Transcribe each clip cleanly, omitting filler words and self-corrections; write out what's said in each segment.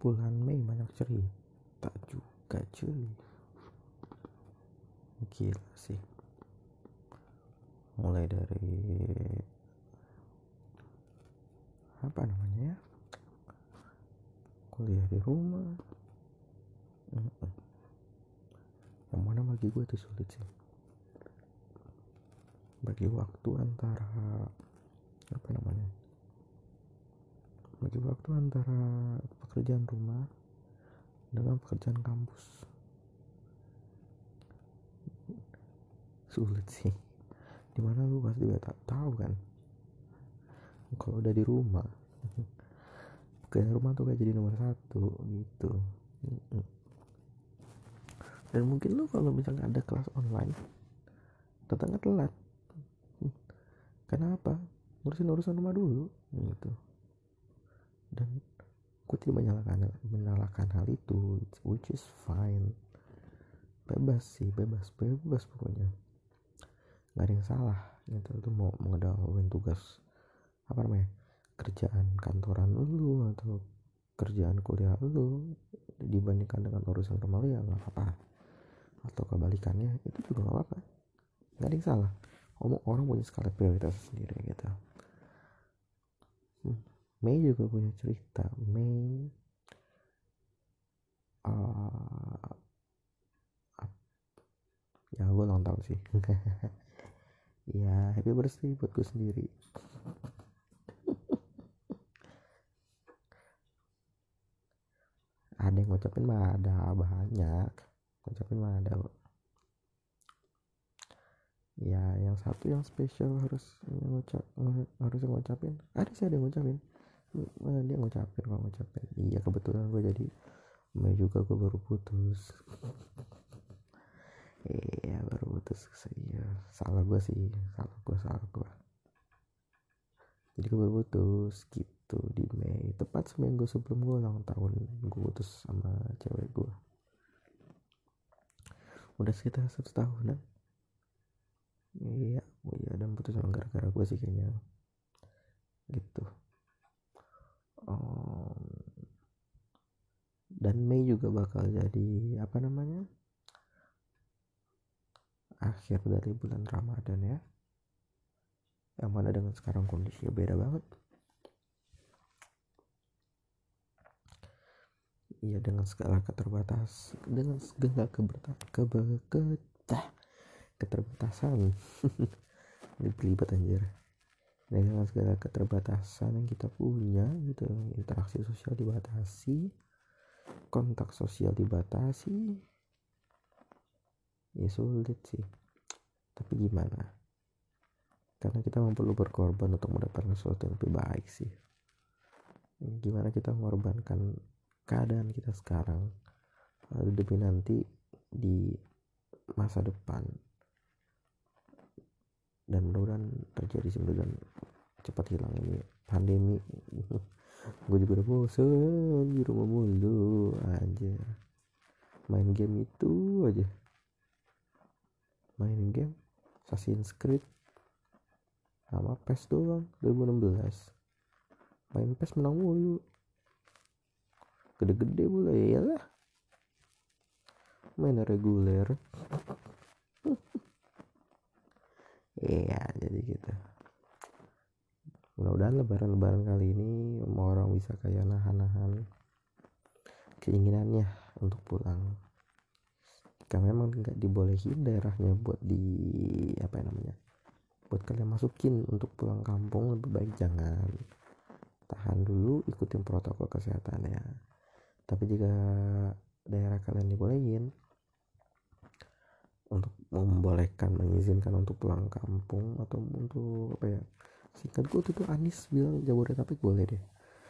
bulan Mei banyak cerita juga cuy. Gila sih. Mulai dari apa namanya ya, kuliah di rumah. Yang mana bagi gue itu sulit sih. Bagi waktu antara apa namanya, bagi waktu antara pekerjaan rumah dengan pekerjaan kampus sulit sih. Dimana lu pasti udah tahu kan, kalau udah di rumah pekerjaan rumah tuh kayak jadi nomor satu gitu. Dan mungkin lu kalau misalnya ada kelas online datangnya telat. Kenapa? Urusan rumah dulu gitu. Dan gue tidak menyalahkan hal itu, which is fine. Bebas pokoknya, nggak ada yang salah gitu. Itu mau ngedalamin tugas apa namanya, kerjaan kantoran lu atau kerjaan kuliah lu dibandingkan dengan urusan rumah lu, ya nggak apa-apa. Atau kebalikannya, itu juga nggak apa-apa, nggak ada yang salah. Orang punya skala prioritas sendiri gitu. Mei juga punya cerita. Mei ya gue ulang tahun sih. Ya happy birthday buat gue sendiri. Ada yang ngucapin mah, ada banyak ngucapin mah ada. Ya yang satu yang spesial harus ngucapin, ada sih, ada yang ngucapin. Dia ngucapin. Iya kebetulan gue jadi Mei juga gue baru putus. Iya baru putus. Iya salah gue jadi gue baru putus gitu di Mei, tepat seminggu sebelum gue ulang tahun. Gue putus sama cewek gue, udah sekitar 1 tahunan. Iya dan putus sama gara-gara gue sih kayaknya gitu. Dan Mei juga bakal jadi apa namanya, akhir dari bulan Ramadan ya, yang mana dengan sekarang kondisinya beda banget. Iya dengan segala keterbatasan dibelibat anjir. Dengan segala keterbatasan yang kita punya gitu, interaksi sosial dibatasi, kontak sosial dibatasi, ya sulit sih. Tapi gimana, karena kita perlu berkorban untuk mendapatkan sesuatu yang lebih baik sih. Gimana kita mengorbankan keadaan kita sekarang demi nanti di masa depan. Dan mudah-mudahan terjadi dan cepat hilang ini pandemi. Gue juga udah bosan di rumah mulu aja, main game itu aja, main game Assassin's Creed sama PES doang. 2016 main PES menang mulu, gede-gede pula. Iyalah main reguler. Iya jadi gitu. Mudah-mudahan lebaran kali ini orang bisa kayak nahan keinginannya untuk pulang. Jika memang nggak dibolehin daerahnya buat buat kalian masukin untuk pulang kampung, lebih baik jangan, tahan dulu, ikutin protokol kesehatannya. Tapi jika daerah kalian dibolehin untuk mengizinkan untuk pulang kampung atau untuk singkat gue tuh Anies bilang Jabodetabek boleh deh.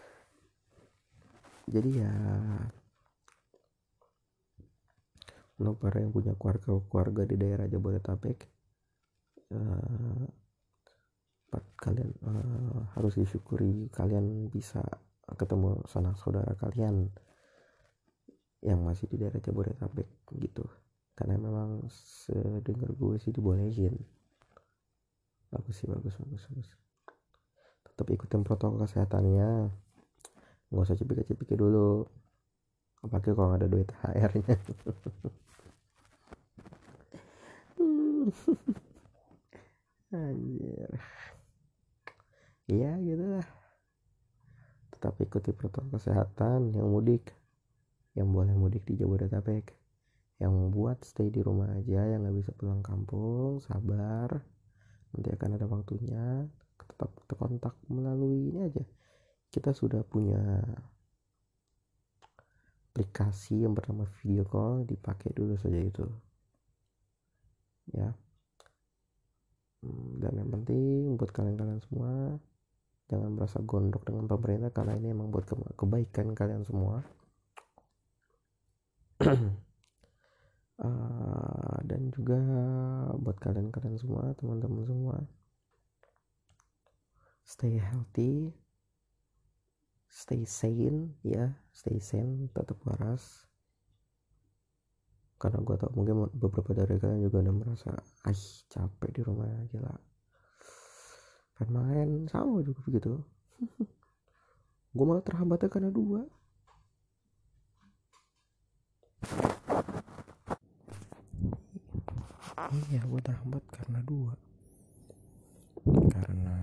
Jadi ya untuk para yang punya keluarga di daerah Jabodetabek, kalian harus disyukuri kalian bisa ketemu sanak saudara kalian yang masih di daerah Jabodetabek gitu. Karena memang sedengar gue sih dibolehin. Bagus. Tetap ikutin protokol kesehatannya, nggak usah cepik dulu. apalagi kalau nggak ada duit THR-nya. Anjir, iya gitu lah. Tetap ikuti protokol kesehatan. Yang mudik, yang boleh mudik di Jabodetabek, yang buat stay di rumah aja, yang nggak bisa pulang kampung, sabar, nanti akan ada waktunya. Tetap kontak melalui ini aja, kita sudah punya aplikasi yang bernama video call, dipakai dulu saja itu ya. Dan yang penting buat kalian-kalian semua, jangan merasa gondok dengan pemerintah, karena ini emang buat kebaikan kalian semua. Dan juga buat kalian-kalian semua, teman-teman semua, stay healthy, stay sane ya, stay sane, tetap waras. Karena gue tau mungkin beberapa dari kalian juga udah merasa capek di rumah aja lah, pengen main, sama juga begitu. Gue malah terhambatnya karena dua. Iya, gue terhambat karena dua. Karena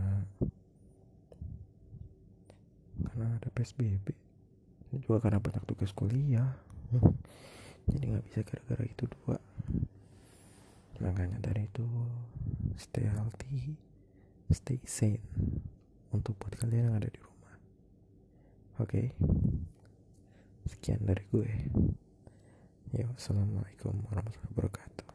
ada PSBB, juga karena banyak tugas kuliah. Jadi nggak bisa gara-gara itu dua. Makanya dari itu, stay healthy, stay sane untuk buat kalian yang ada di rumah. Oke, sekian dari gue. Yo, assalamualaikum warahmatullahi wabarakatuh.